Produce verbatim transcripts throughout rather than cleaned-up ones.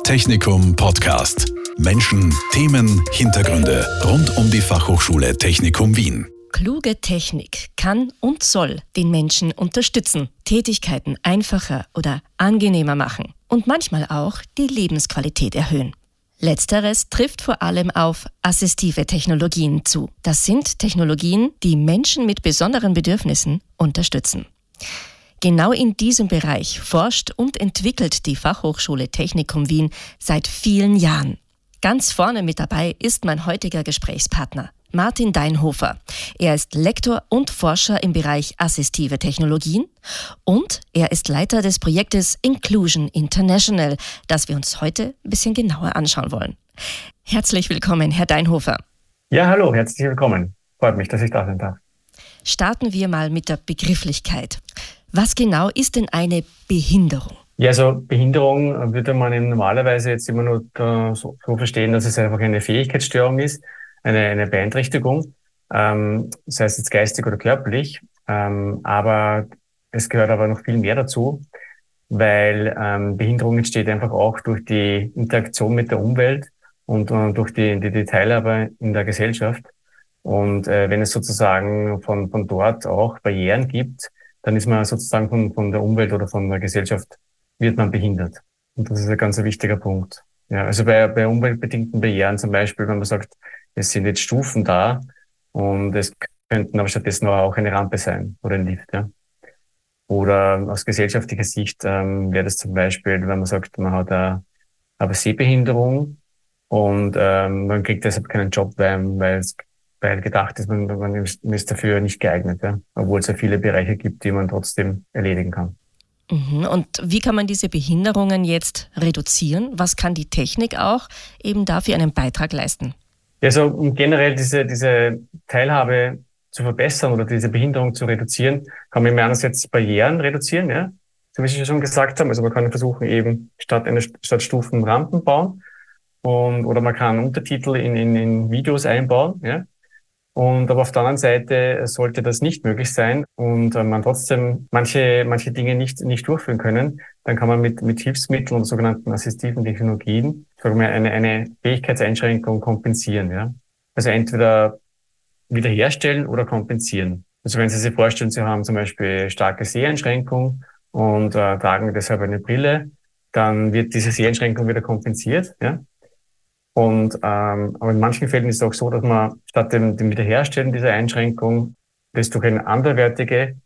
Technikum Podcast. Menschen, Themen, Hintergründe rund um die Fachhochschule Technikum Wien. Kluge Technik kann und soll den Menschen unterstützen, Tätigkeiten einfacher oder angenehmer machen und manchmal auch die Lebensqualität erhöhen. Letzteres trifft vor allem auf assistive Technologien zu. Das sind Technologien, die Menschen mit besonderen Bedürfnissen unterstützen. Genau in diesem Bereich forscht und entwickelt die Fachhochschule Technikum Wien seit vielen Jahren. Ganz vorne mit dabei ist mein heutiger Gesprächspartner, Martin Deinhofer. Er ist Lektor und Forscher im Bereich assistive Technologien und er ist Leiter des Projektes Inclusion International, das wir uns heute ein bisschen genauer anschauen wollen. Herzlich willkommen, Herr Deinhofer. Ja, hallo, herzlich willkommen. Freut mich, dass ich da sein darf. Starten wir mal mit der Begrifflichkeit. Was genau ist denn eine Behinderung? Ja, also Behinderung würde man normalerweise jetzt immer nur so, so verstehen, dass es einfach eine Fähigkeitsstörung ist, eine, eine Beeinträchtigung, ähm, sei es jetzt geistig oder körperlich. Ähm, aber es gehört aber noch viel mehr dazu, weil ähm, Behinderung entsteht einfach auch durch die Interaktion mit der Umwelt und, und durch die, die, die Teilhabe in der Gesellschaft. Und äh, wenn es sozusagen von, von dort auch Barrieren gibt, dann ist man sozusagen von, von der Umwelt oder von der Gesellschaft wird man behindert. Und das ist ein ganz wichtiger Punkt. Ja, also bei, bei umweltbedingten Barrieren zum Beispiel, wenn man sagt, es sind jetzt Stufen da und es könnten aber stattdessen auch eine Rampe sein oder ein Lift. Ja. Oder aus gesellschaftlicher Sicht ähm, wäre das zum Beispiel, wenn man sagt, man hat eine, eine Sehbehinderung und ähm, man kriegt deshalb keinen Job, weil, weil es weil gedacht ist, man, man ist dafür nicht geeignet, ja? Obwohl es ja viele Bereiche gibt, die man trotzdem erledigen kann. Und wie kann man diese Behinderungen jetzt reduzieren? Was kann die Technik auch eben dafür einen Beitrag leisten? Ja, also um generell diese, diese Teilhabe zu verbessern oder diese Behinderung zu reduzieren, kann man einerseits Barrieren reduzieren, ja, so wie Sie schon gesagt haben. Also man kann versuchen, eben statt eine statt Stufen Rampen bauen und oder man kann Untertitel in, in, in Videos einbauen, ja. Und aber auf der anderen Seite sollte das nicht möglich sein und äh, man trotzdem manche manche Dinge nicht nicht durchführen können, dann kann man mit mit Hilfsmitteln und sogenannten assistiven Technologien sagen wir eine eine Fähigkeitseinschränkung kompensieren, ja. Also entweder wiederherstellen oder kompensieren. Also wenn Sie sich vorstellen, Sie haben zum Beispiel starke Seheinschränkung und äh, tragen deshalb eine Brille, dann wird diese Seheinschränkung wieder kompensiert, ja. Und ähm, aber in manchen Fällen ist es auch so, dass man statt dem, dem Wiederherstellen dieser Einschränkung das durch eine anderweitige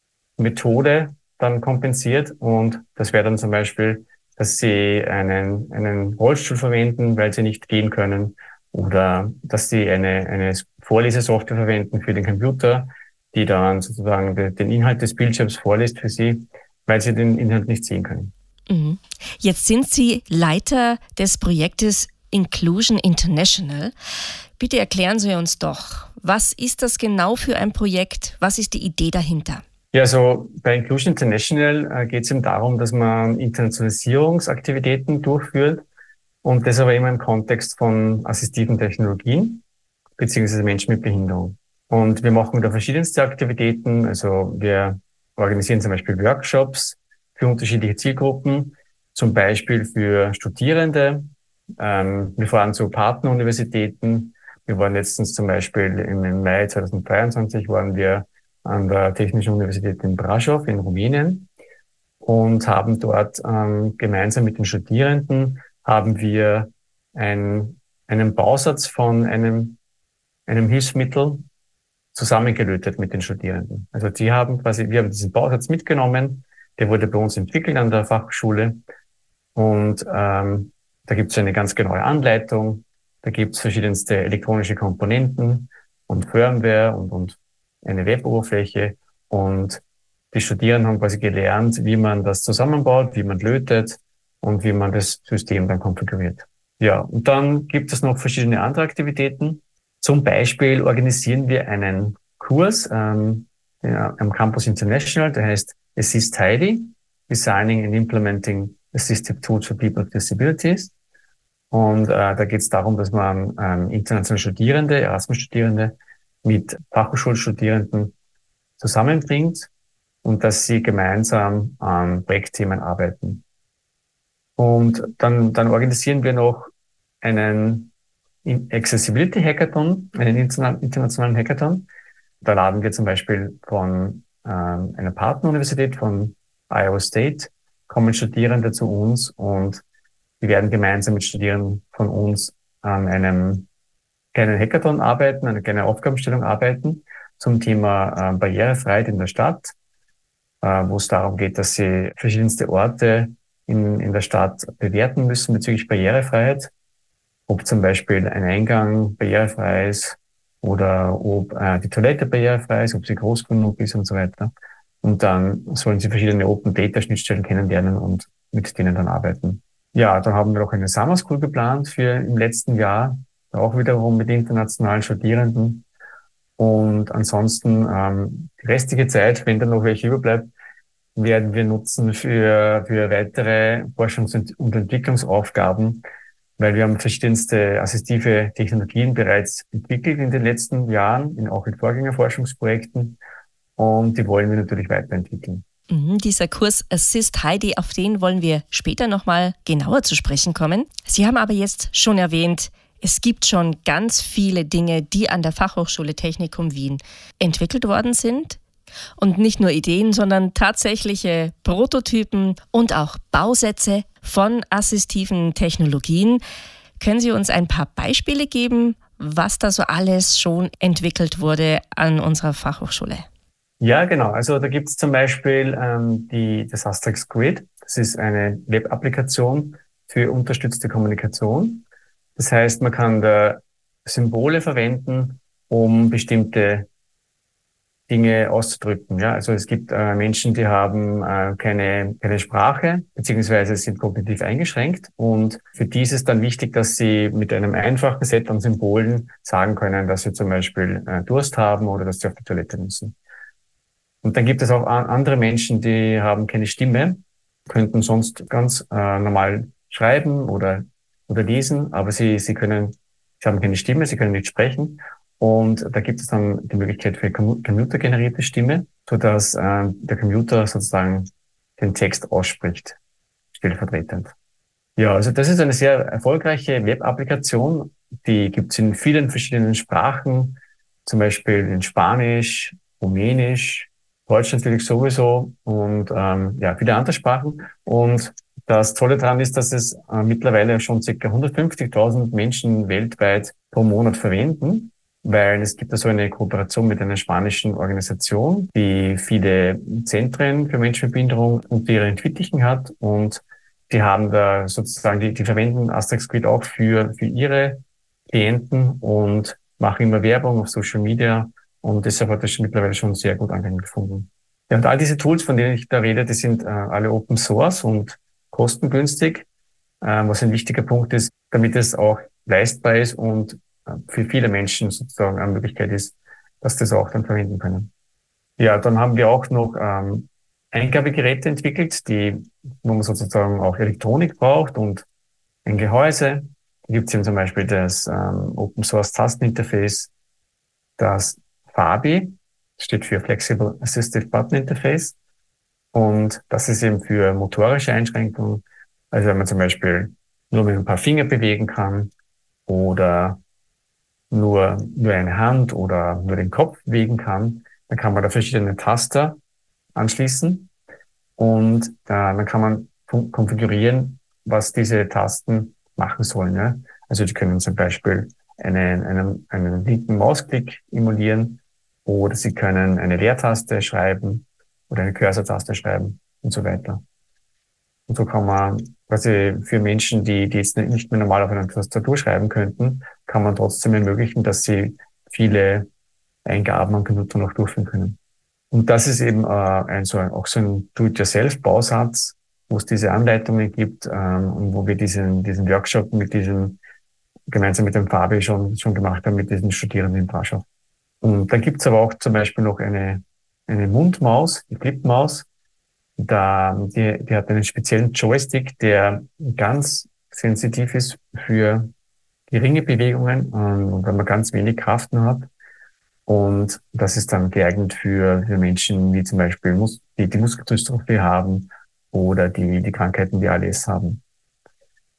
Methode dann kompensiert. Und das wäre dann zum Beispiel, dass sie einen, einen Rollstuhl verwenden, weil sie nicht gehen können, oder dass sie eine, eine Vorlesesoftware verwenden für den Computer, die dann sozusagen de, den Inhalt des Bildschirms vorliest für sie, weil sie den Inhalt nicht sehen können. Mhm. Jetzt sind Sie Leiter des Projektes Inclusion International. Bitte erklären Sie uns doch, was ist das genau für ein Projekt? Was ist die Idee dahinter? Ja, also bei Inclusion International äh, geht es eben darum, dass man Internationalisierungsaktivitäten durchführt und das aber immer im Kontext von assistiven Technologien beziehungsweise Menschen mit Behinderung. Und wir machen da verschiedenste Aktivitäten. Also wir organisieren zum Beispiel Workshops für unterschiedliche Zielgruppen, zum Beispiel für Studierende. Ähm, wir fahren zu Partneruniversitäten. Wir waren letztens zum Beispiel im Mai zweitausenddreiundzwanzig waren wir an der Technischen Universität in Brașov in Rumänien und haben dort ähm, gemeinsam mit den Studierenden haben wir ein, einen Bausatz von einem, einem Hilfsmittel zusammengelötet mit den Studierenden. Also die haben quasi, wir haben diesen Bausatz mitgenommen, der wurde bei uns entwickelt an der Fachschule und ähm, da gibt es eine ganz genaue Anleitung, da gibt es verschiedenste elektronische Komponenten und Firmware und, und eine Web-Oberfläche und die Studierenden haben quasi gelernt, wie man das zusammenbaut, wie man lötet und wie man das System dann konfiguriert. Ja, und dann gibt es noch verschiedene andere Aktivitäten. Zum Beispiel organisieren wir einen Kurs ähm, ja, am Campus International, der heißt Assist Heidi, Designing and Implementing Assistive Tools for People with Disabilities. Und äh, da geht es darum, dass man ähm, internationale Studierende, Erasmus-Studierende mit Fachhochschulstudierenden zusammenbringt und dass sie gemeinsam an Projektthemen arbeiten. Und dann, dann organisieren wir noch einen Accessibility Hackathon, einen internationalen Hackathon. Da laden wir zum Beispiel von ähm, einer Partneruniversität von Iowa State, kommen Studierende zu uns und wir werden gemeinsam mit Studierenden von uns an einem kleinen Hackathon arbeiten, eine kleine Aufgabenstellung arbeiten zum Thema äh, Barrierefreiheit in der Stadt, äh, wo es darum geht, dass sie verschiedenste Orte in, in der Stadt bewerten müssen bezüglich Barrierefreiheit, ob zum Beispiel ein Eingang barrierefrei ist oder ob äh, die Toilette barrierefrei ist, ob sie groß genug ist und so weiter. Und dann sollen sie verschiedene Open-Data-Schnittstellen kennenlernen und mit denen dann arbeiten. Ja, dann haben wir auch eine Summer School geplant für im letzten Jahr, auch wiederum mit internationalen Studierenden. Und ansonsten ähm, die restliche Zeit, wenn dann noch welche überbleibt, werden wir nutzen für, für weitere Forschungs- und Entwicklungsaufgaben, weil wir haben verschiedenste assistive Technologien bereits entwickelt in den letzten Jahren, in, auch in Vorgängerforschungsprojekten. Und die wollen wir natürlich weiterentwickeln. Mhm, dieser Kurs Assist Heidi, auf den wollen wir später nochmal genauer zu sprechen kommen. Sie haben aber jetzt schon erwähnt, es gibt schon ganz viele Dinge, die an der Fachhochschule Technikum Wien entwickelt worden sind. Und nicht nur Ideen, sondern tatsächliche Prototypen und auch Bausätze von assistiven Technologien. Können Sie uns ein paar Beispiele geben, was da so alles schon entwickelt wurde an unserer Fachhochschule? Ja, genau. Also da gibt es zum Beispiel ähm, die, das Asterix Grid. Das ist eine Web-Applikation für unterstützte Kommunikation. Das heißt, man kann da Symbole verwenden, um bestimmte Dinge auszudrücken. Ja, also es gibt äh, Menschen, die haben äh, keine keine Sprache beziehungsweise sind kognitiv eingeschränkt und für die ist es dann wichtig, dass sie mit einem einfachen Set an Symbolen sagen können, dass sie zum Beispiel äh, Durst haben oder dass sie auf die Toilette müssen. Und dann gibt es auch a- andere Menschen, die haben keine Stimme, könnten sonst ganz äh, normal schreiben oder oder lesen, aber sie sie können sie haben keine Stimme, sie können nicht sprechen. Und da gibt es dann die Möglichkeit für computergenerierte Stimme, sodass äh, der Computer sozusagen den Text ausspricht, stellvertretend. Ja, also das ist eine sehr erfolgreiche Web-Applikation. Die gibt es in vielen verschiedenen Sprachen, zum Beispiel in Spanisch, Rumänisch, Deutsch natürlich sowieso und ähm, ja viele andere Sprachen. Und das Tolle daran ist, dass es äh, mittlerweile schon ca. hundertfünfzigtausend Menschen weltweit pro Monat verwenden. Weil es gibt da so eine Kooperation mit einer spanischen Organisation, die viele Zentren für Menschen mit Behinderung unter ihren Fittichen hat und die haben da sozusagen, die, die verwenden Asterix Grid auch für, für ihre Klienten und machen immer Werbung auf Social Media und deshalb hat das mittlerweile schon sehr gut Anklang gefunden. Ja, und all diese Tools, von denen ich da rede, die sind äh, alle Open Source und kostengünstig, äh, was ein wichtiger Punkt ist, damit es auch leistbar ist und für viele Menschen sozusagen eine Möglichkeit ist, dass das auch dann verwenden können. Ja, dann haben wir auch noch ähm, Eingabegeräte entwickelt, die, wo man sozusagen auch Elektronik braucht und ein Gehäuse. Da gibt es eben zum Beispiel das ähm, Open Source Tasteninterface, das Fabi, steht für Flexible Assistive Button Interface. Und das ist eben für motorische Einschränkungen, also wenn man zum Beispiel nur mit ein paar Finger bewegen kann oder nur, nur eine Hand oder nur den Kopf bewegen kann, dann kann man da verschiedene Taster anschließen und äh, dann kann man konfigurieren, was diese Tasten machen sollen. Ja? Also die können zum Beispiel einen, einen, einen linken Mausklick emulieren oder sie können eine Leertaste schreiben oder eine Cursor-Taste schreiben und so weiter. Und so kann man quasi für Menschen, die, die jetzt nicht mehr normal auf einer Tastatur schreiben könnten, kann man trotzdem ermöglichen, dass sie viele Eingaben am Computer noch durchführen können. Und das ist eben äh, ein, so ein, auch so ein Do-it-yourself-Bausatz, wo es diese Anleitungen gibt ähm, und wo wir diesen, diesen Workshop mit diesem, gemeinsam mit dem Fabi schon, schon gemacht haben, mit diesen Studierenden in Warschau. Und dann gibt's aber auch zum Beispiel noch eine, eine Mundmaus, die Flipmaus. Da, die, die hat einen speziellen Joystick, der ganz sensitiv ist für geringe Bewegungen und wenn man ganz wenig Kraft nur hat. Und das ist dann geeignet für, für Menschen, wie zum Beispiel Mus- die, die Muskeldystrophie haben oder die, die Krankheiten wie A L S haben.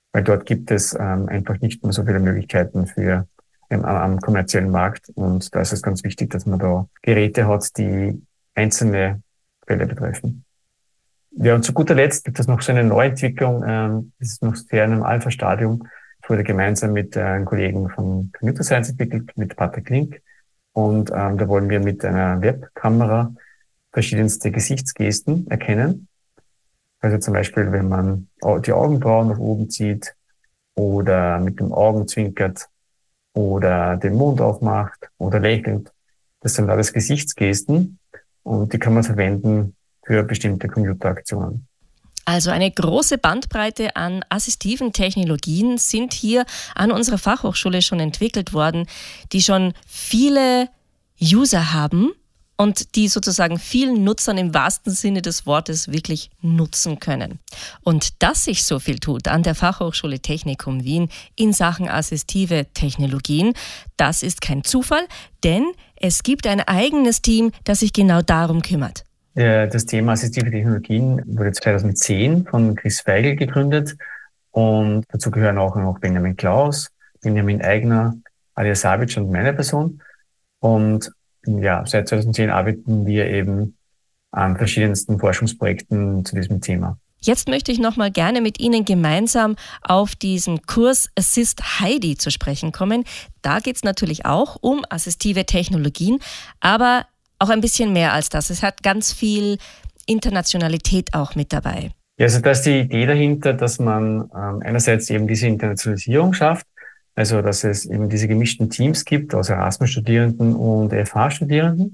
weil dort gibt es ähm, einfach nicht mehr so viele Möglichkeiten für ähm, am kommerziellen Markt. Und da ist es ganz wichtig, dass man da Geräte hat, die einzelne Fälle betreffen. Ja, und zu guter Letzt gibt es noch so eine Neuentwicklung, ähm, das ist noch sehr in einem Alpha-Stadium. Es wurde gemeinsam mit äh, einem Kollegen von Computer Science entwickelt, mit Patrick Link. Und ähm, da wollen wir mit einer Webkamera verschiedenste Gesichtsgesten erkennen. Also zum Beispiel, wenn man die Augenbrauen nach oben zieht oder mit dem Augen zwinkert oder den Mund aufmacht oder lächelt. Das sind alles Gesichtsgesten und die kann man verwenden für bestimmte Computeraktionen. Also eine große Bandbreite an assistiven Technologien sind hier an unserer Fachhochschule schon entwickelt worden, die schon viele User haben und die sozusagen vielen Nutzern im wahrsten Sinne des Wortes wirklich nutzen können. Und dass sich so viel tut an der Fachhochschule Technikum Wien in Sachen assistive Technologien, das ist kein Zufall, denn es gibt ein eigenes Team, das sich genau darum kümmert. Das Thema assistive Technologien wurde zweitausendzehn von Chris Feigl gegründet und dazu gehören auch noch Benjamin Klaus, Benjamin Eigner, Alia Savic und meine Person. Und ja, seit zweitausendzehn arbeiten wir eben an verschiedensten Forschungsprojekten zu diesem Thema. Jetzt möchte ich noch mal gerne mit Ihnen gemeinsam auf diesen Kurs Assist Heidi zu sprechen kommen. Da geht es natürlich auch um assistive Technologien, aber auch ein bisschen mehr als das. Es hat ganz viel Internationalität auch mit dabei. Ja, also da ist die Idee dahinter, dass man ähm, einerseits eben diese Internationalisierung schafft, also dass es eben diese gemischten Teams gibt aus Erasmus-Studierenden und F H-Studierenden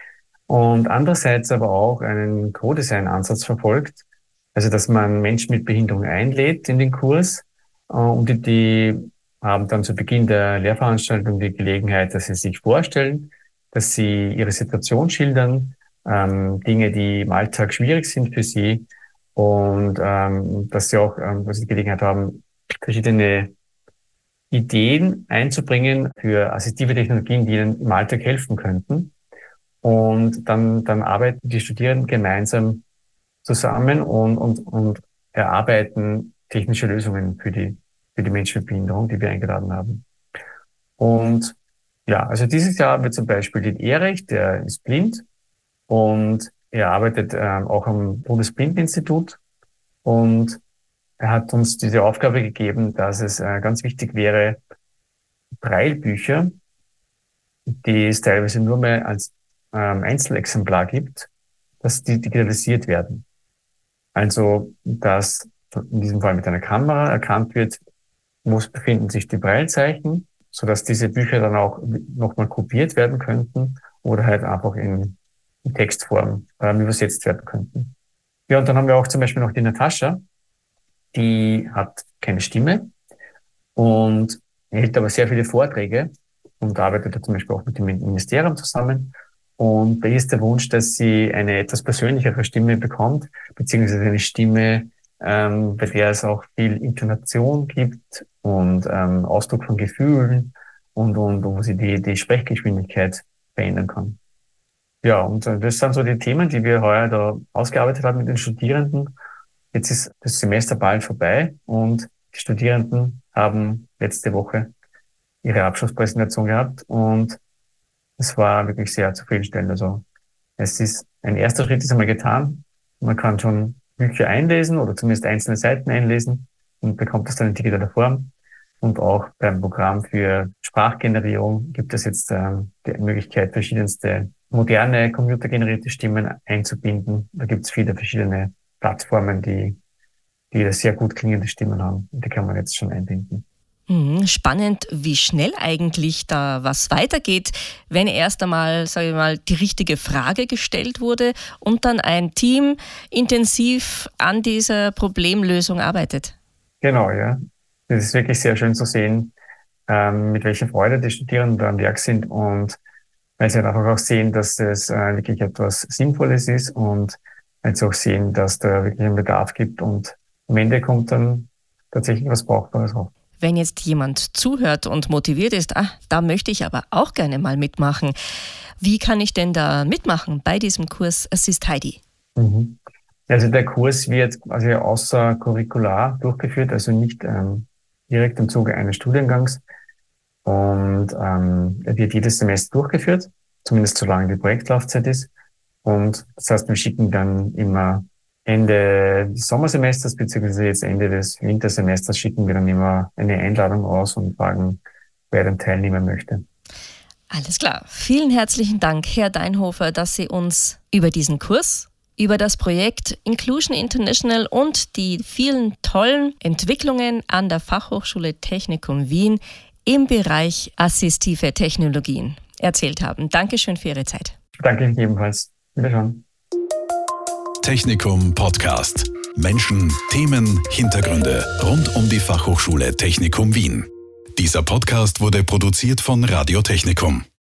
und andererseits aber auch einen Co-Design-Ansatz verfolgt, also dass man Menschen mit Behinderung einlädt in den Kurs äh, und die, die haben dann zu Beginn der Lehrveranstaltung die Gelegenheit, dass sie sich vorstellen, dass sie ihre Situation schildern, ähm, Dinge, die im Alltag schwierig sind für sie und ähm, dass sie auch ähm, dass sie die Gelegenheit haben, verschiedene Ideen einzubringen für assistive Technologien, die ihnen im Alltag helfen könnten. Und dann, dann arbeiten die Studierenden gemeinsam zusammen und, und, und erarbeiten technische Lösungen für die, für die Menschen mit Behinderung, die wir eingeladen haben. Und ja, also dieses Jahr wird zum Beispiel den Erich, der ist blind und er arbeitet ähm, auch am Bundesblindeninstitut und er hat uns diese Aufgabe gegeben, dass es äh, ganz wichtig wäre, Braillebücher, die es teilweise nur mehr als ähm, Einzelexemplar gibt, dass die digitalisiert werden. Also, dass in diesem Fall mit einer Kamera erkannt wird, wo befinden sich die Braillezeichen, sodass diese Bücher dann auch nochmal kopiert werden könnten oder halt einfach in, in Textform ähm, übersetzt werden könnten. Ja, und dann haben wir auch zum Beispiel noch die Natascha, die hat keine Stimme und hält aber sehr viele Vorträge und arbeitet zum Beispiel auch mit dem Ministerium zusammen. Und bei ihr ist der Wunsch, dass sie eine etwas persönlichere Stimme bekommt, beziehungsweise eine Stimme, ähm, bei der es auch viel Intonation gibt und ähm, Ausdruck von Gefühlen und, und wo sie die, die Sprechgeschwindigkeit verändern kann. Ja, und das sind so die Themen, die wir heuer da ausgearbeitet haben mit den Studierenden. Jetzt ist das Semester bald vorbei und die Studierenden haben letzte Woche ihre Abschlusspräsentation gehabt und es war wirklich sehr zufriedenstellend. Also es ist ein erster Schritt ist einmal getan. Man kann schon Bücher einlesen oder zumindest einzelne Seiten einlesen und bekommt das dann in digitaler Form. Und auch beim Programm für Sprachgenerierung gibt es jetzt ähm, die Möglichkeit, verschiedenste moderne computergenerierte Stimmen einzubinden. Da gibt es viele verschiedene Plattformen, die, die sehr gut klingende Stimmen haben. Und die kann man jetzt schon einbinden. Spannend, wie schnell eigentlich da was weitergeht, wenn erst einmal, sage ich mal, die richtige Frage gestellt wurde und dann ein Team intensiv an dieser Problemlösung arbeitet. Genau, ja. Das ist wirklich sehr schön zu sehen, ähm, mit welcher Freude die Studierenden da am Werk sind und weil sie einfach auch sehen, dass das äh, wirklich etwas Sinnvolles ist und weil sie auch sehen, dass da wirklich einen Bedarf gibt und am Ende kommt dann tatsächlich was Brauchbares raus. Wenn jetzt jemand zuhört und motiviert ist, ah, da möchte ich aber auch gerne mal mitmachen. Wie kann ich denn da mitmachen bei diesem Kurs Assist Heidi? Mhm. Also der Kurs wird also außercurricular durchgeführt, also nicht ähm, direkt im Zuge eines Studiengangs. Und ähm, er wird jedes Semester durchgeführt, zumindest solange die Projektlaufzeit ist. Und das heißt, wir schicken dann immer Ende des Sommersemesters beziehungsweise jetzt Ende des Wintersemesters schicken wir dann immer eine Einladung aus und fragen, wer dann teilnehmen möchte. Alles klar. Vielen herzlichen Dank, Herr Deinhofer, dass Sie uns über diesen Kurs, über das Projekt Inclusion International und die vielen tollen Entwicklungen an der Fachhochschule Technikum Wien im Bereich assistive Technologien erzählt haben. Dankeschön für Ihre Zeit. Danke Ihnen ebenfalls. Wiederschauen. Technikum Podcast. Menschen, Themen, Hintergründe rund um die Fachhochschule Technikum Wien. Dieser Podcast wurde produziert von Radio Technikum.